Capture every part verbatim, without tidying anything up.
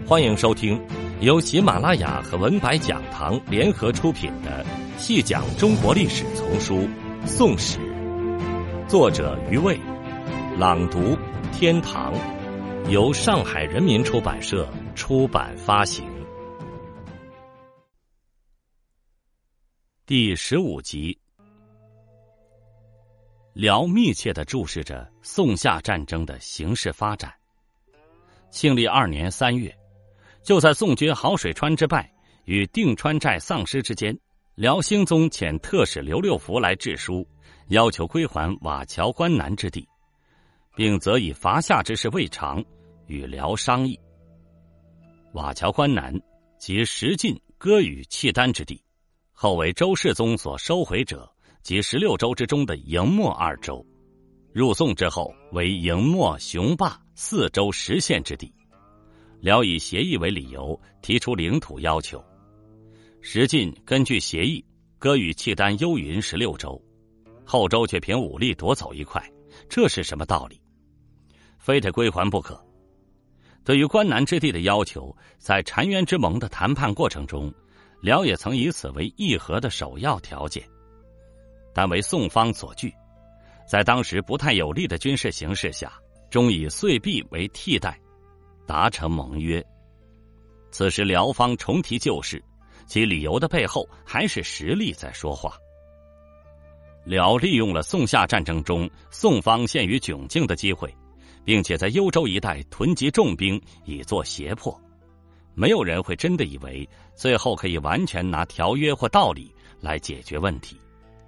欢迎收听由喜马拉雅和文白讲堂联合出品的《细讲中国历史丛书·宋史》，作者余卫，朗读天堂，由上海人民出版社出版发行。第十五集。辽密切地注视着宋夏战争的形势发展。庆历二年三月，就在宋军好水川之败与定川寨丧失之间，辽兴宗遣特使刘六福来致书，要求归还瓦桥关南之地，并责以伐夏之事未尝，与辽商议。瓦桥关南即石进、割予、契丹之地，后为周世宗所收回者，即十六州之中的营漠二州，入宋之后为营漠、雄霸四州十县之地。辽以协议为理由提出领土要求，石进根据协议割予契丹幽云十六州，后周却凭武力夺走一块，这是什么道理？非得归还不可。对于关南之地的要求，在澶渊之盟的谈判过程中，辽也曾以此为议和的首要条件，但为宋方所拒。在当时不太有利的军事形势下，终以岁币为替代，达成盟约。此时辽方重提旧事，其理由的背后还是实力在说话。辽利用了宋夏战争中宋方陷于窘境的机会，并且在幽州一带囤积重兵以作胁迫。没有人会真的以为最后可以完全拿条约或道理来解决问题。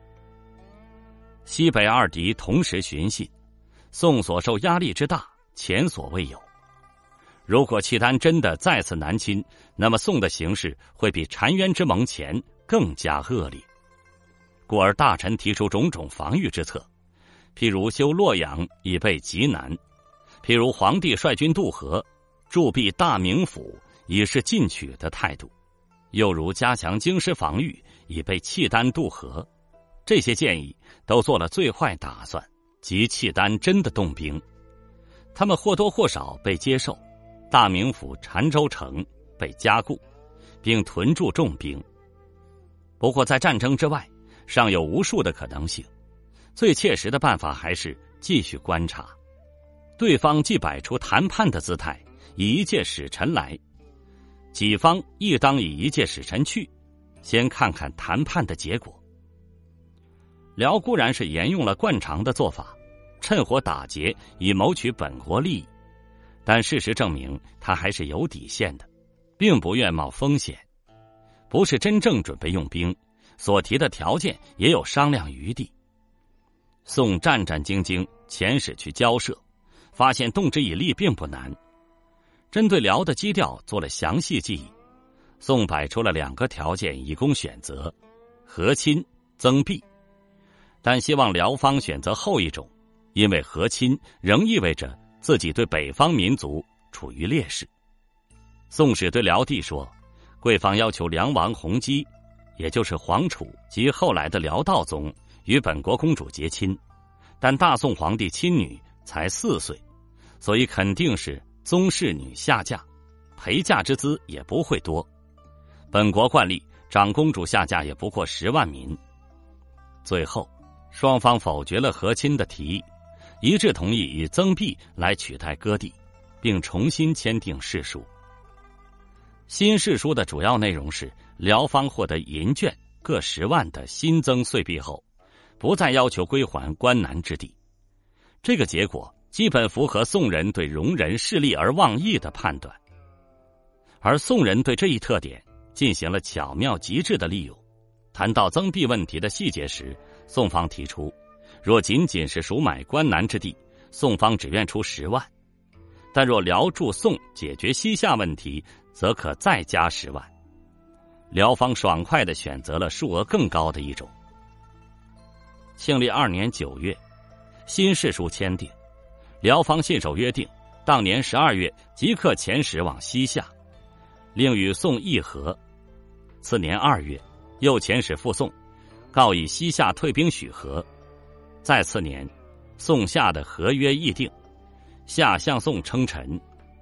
西北二敌同时寻衅，宋所受压力之大前所未有。如果契丹真的再次南侵，那么宋的形势会比澶渊之盟前更加恶劣。故而大臣提出种种防御之策，譬如修洛阳以备极南，譬如皇帝率军渡河，筑壁大名府以示进取的态度，又如加强京师防御以备契丹渡河。这些建议都做了最坏打算，即契丹真的动兵，他们或多或少被接受，大名府澶州城被加固，并屯驻重兵。不过在战争之外，尚有无数的可能性，最切实的办法还是继续观察。对方既摆出谈判的姿态，以一介使臣来，己方亦当以一介使臣去，先看看谈判的结果。辽固然是沿用了惯常的做法，趁火打劫以谋取本国利益，但事实证明他还是有底线的，并不愿冒风险。不是真正准备用兵，所提的条件也有商量余地。宋战战兢兢遣使去交涉，发现动之以利并不难。针对辽的基调做了详细记忆，宋摆出了两个条件以供选择：和亲、增币。但希望辽方选择后一种，因为和亲仍意味着自己对北方民族处于劣势。宋使对辽帝说，贵方要求梁王弘基，也就是皇储及后来的辽道宗，与本国公主结亲，但大宋皇帝亲女才四岁，所以肯定是宗室女下嫁，陪嫁之资也不会多。本国惯例，长公主下嫁也不过十万民。最后双方否决了和亲的提议，一致同意以增币来取代割地，并重新签订誓书。新誓书的主要内容是，辽方获得银券各十万的新增岁币后，不再要求归还关南之地。这个结果基本符合宋人对戎人势利而忘义的判断，而宋人对这一特点进行了巧妙极致的利用。谈到增币问题的细节时，宋方提出，若仅仅是赎买关南之地，宋方只愿出十万；但若辽助宋解决西夏问题，则可再加十万。辽方爽快地选择了数额更高的一种。庆历二年九月，新誓书签订，辽方信守约定，当年十二月即刻遣使往西夏，另与宋议和。次年二月，又遣使赴宋，告以西夏退兵许和。再次年，宋夏的合约议定，夏向宋称臣。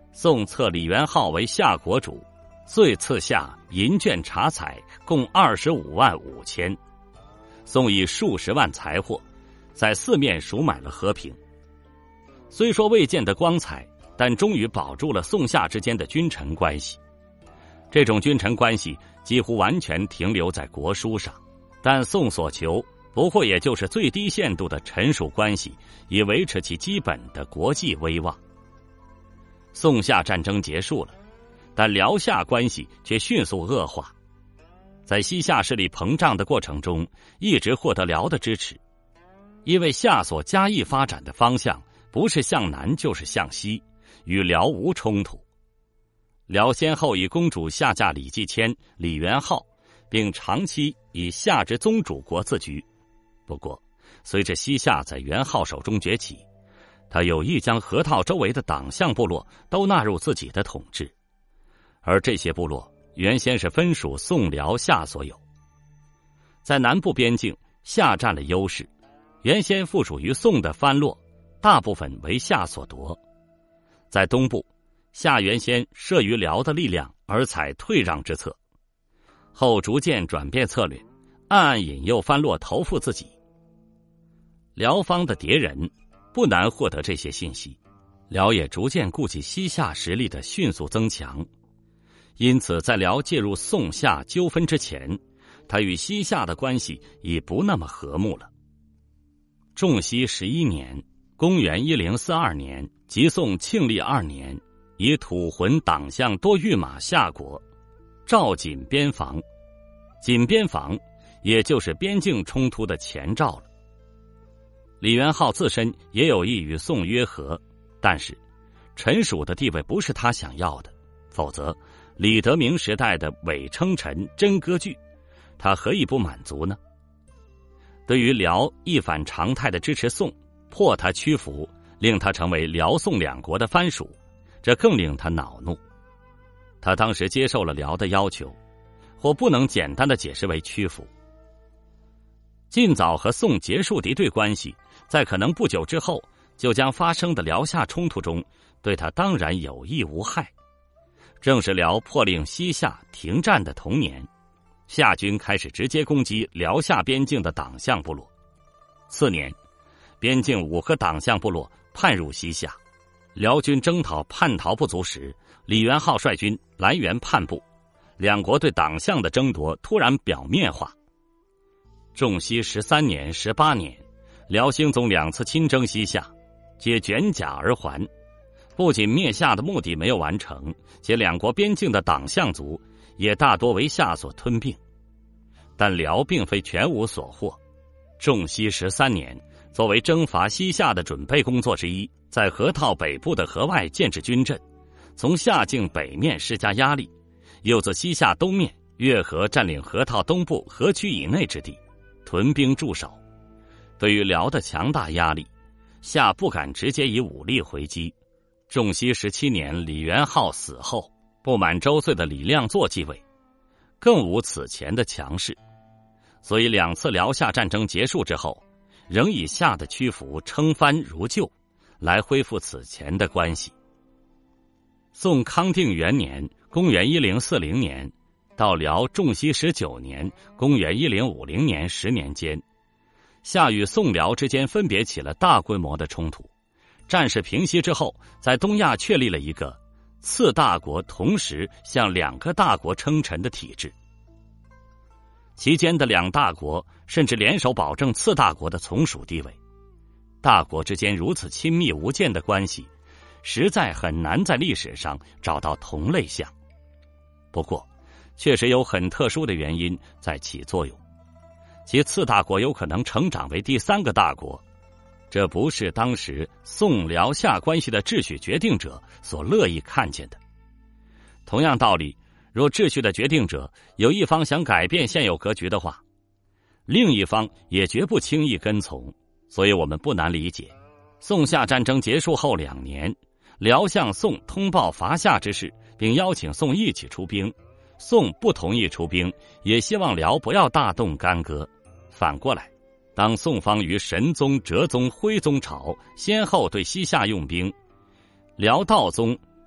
宋册李元昊为夏国主，遂赐夏银绢茶彩共二十五万五千。宋以数十万财货，在四面赎买了和平。虽说未见得光彩，但终于保住了宋夏之间的君臣关系。这种君臣关系几乎完全停留在国书上，但宋所求不过也就是最低限度的臣属关系，以维持其基本的国际威望。宋夏战争结束了，但辽夏关系却迅速恶化。在西夏势力膨胀的过程中，一直获得辽的支持，因为夏所加以发展的方向不是向南就是向西，与辽无冲突。辽先后以公主夏嫁李继迁、李元昊，并长期以夏之宗主国自居。不过，随着西夏在元昊手中崛起，他有意将河套周围的党项部落都纳入自己的统治，而这些部落原先是分属宋、辽、夏所有。在南部边境，夏占了优势，原先附属于宋的藩落大部分为夏所夺。在东部，夏原先慑于辽的力量而采退让之策，后逐渐转变策略，暗暗引诱藩落投附自己。辽方的敌人不难获得这些信息，辽也逐渐顾及西夏实力的迅速增强，因此在辽介入宋夏纠纷之前，他与西夏的关系已不那么和睦了。仲熙十一年，公元一零四二年，即宋庆历二年，以土浑党项多御马夏国，赵锦边防。锦边防也就是边境冲突的前兆了。李元昊自身也有意与宋约和，但是臣属的地位不是他想要的，否则李德明时代的伪称臣真割据，他何以不满足呢？对于辽一反常态的支持宋，迫他屈服，令他成为辽宋两国的藩属，这更令他恼怒。他当时接受了辽的要求，或不能简单的解释为屈服。尽早和宋结束敌对关系，在可能不久之后就将发生的辽夏冲突中，对他当然有益无害。正是辽迫令西夏停战的同年，夏军开始直接攻击辽夏边境的党项部落。次年，边境五个党项部落叛入西夏，辽军征讨叛逃不足时，李元昊率军来援叛部，两国对党项的争夺突然表面化。仲熙十三年、十八年，辽兴宗两次亲征西夏，皆卷甲而还。不仅灭夏的目的没有完成，且两国边境的党项族也大多为夏所吞并。但辽并非全无所获。仲熙十三年，作为征伐西夏的准备工作之一，在河套北部的河外建置军阵，从夏境北面施加压力，又自西夏东面越河占领河套东部河区以内之地，屯兵驻守。对于辽的强大压力，夏不敢直接以武力回击。仲熙十七年，李元昊死后，不满周岁的李亮祚继位，更无此前的强势，所以两次辽夏战争结束之后，仍以夏的屈服称藩如旧，来恢复此前的关系。宋康定元年，公元一零四零年，到辽仲熙十九年，公元一零五零年十年间，夏与宋辽之间分别起了大规模的冲突。战事平息之后，在东亚确立了一个次大国同时向两个大国称臣的体制。期间的两大国甚至联手保证次大国的从属地位。大国之间如此亲密无间的关系，实在很难在历史上找到同类项。不过，确实有很特殊的原因在起作用，其次大国有可能成长为第三个大国，这不是当时宋辽夏关系的秩序决定者所乐意看见的。同样道理，若秩序的决定者有一方想改变现有格局的话，另一方也绝不轻易跟从。所以我们不难理解，宋夏战争结束后两年，辽向宋通报伐夏之事，并邀请宋一起出兵。宋不同意出兵，也希望辽不要大动干戈。反过来，当宋方于神宗、哲宗、徽宗朝先后对西夏用兵，辽道宗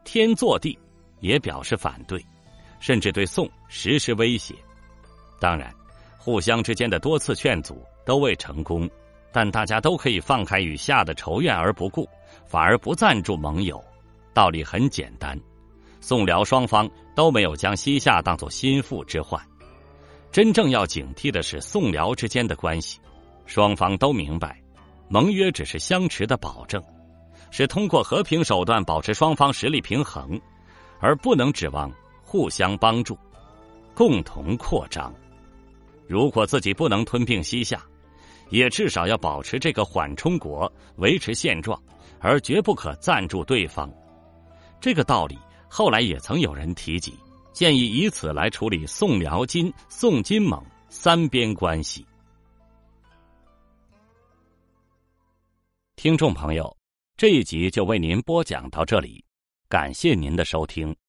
天祚帝也表示反对，甚至对宋实施威胁。当然，互相之间的多次劝阻都未成功，但大家都可以放开与夏的仇怨而不顾，反而不赞助盟友。道理很简单，宋辽双方都没有将西夏当作心腹之患。真正要警惕的是宋辽之间的关系，双方都明白，盟约只是相持的保证，是通过和平手段保持双方实力平衡，而不能指望互相帮助，共同扩张。如果自己不能吞并西夏，也至少要保持这个缓冲国，维持现状，而绝不可赞助对方。这个道理后来也曾有人提及，建议以此来处理宋辽金、宋金蒙三边关系。听众朋友，这一集就为您播讲到这里，感谢您的收听。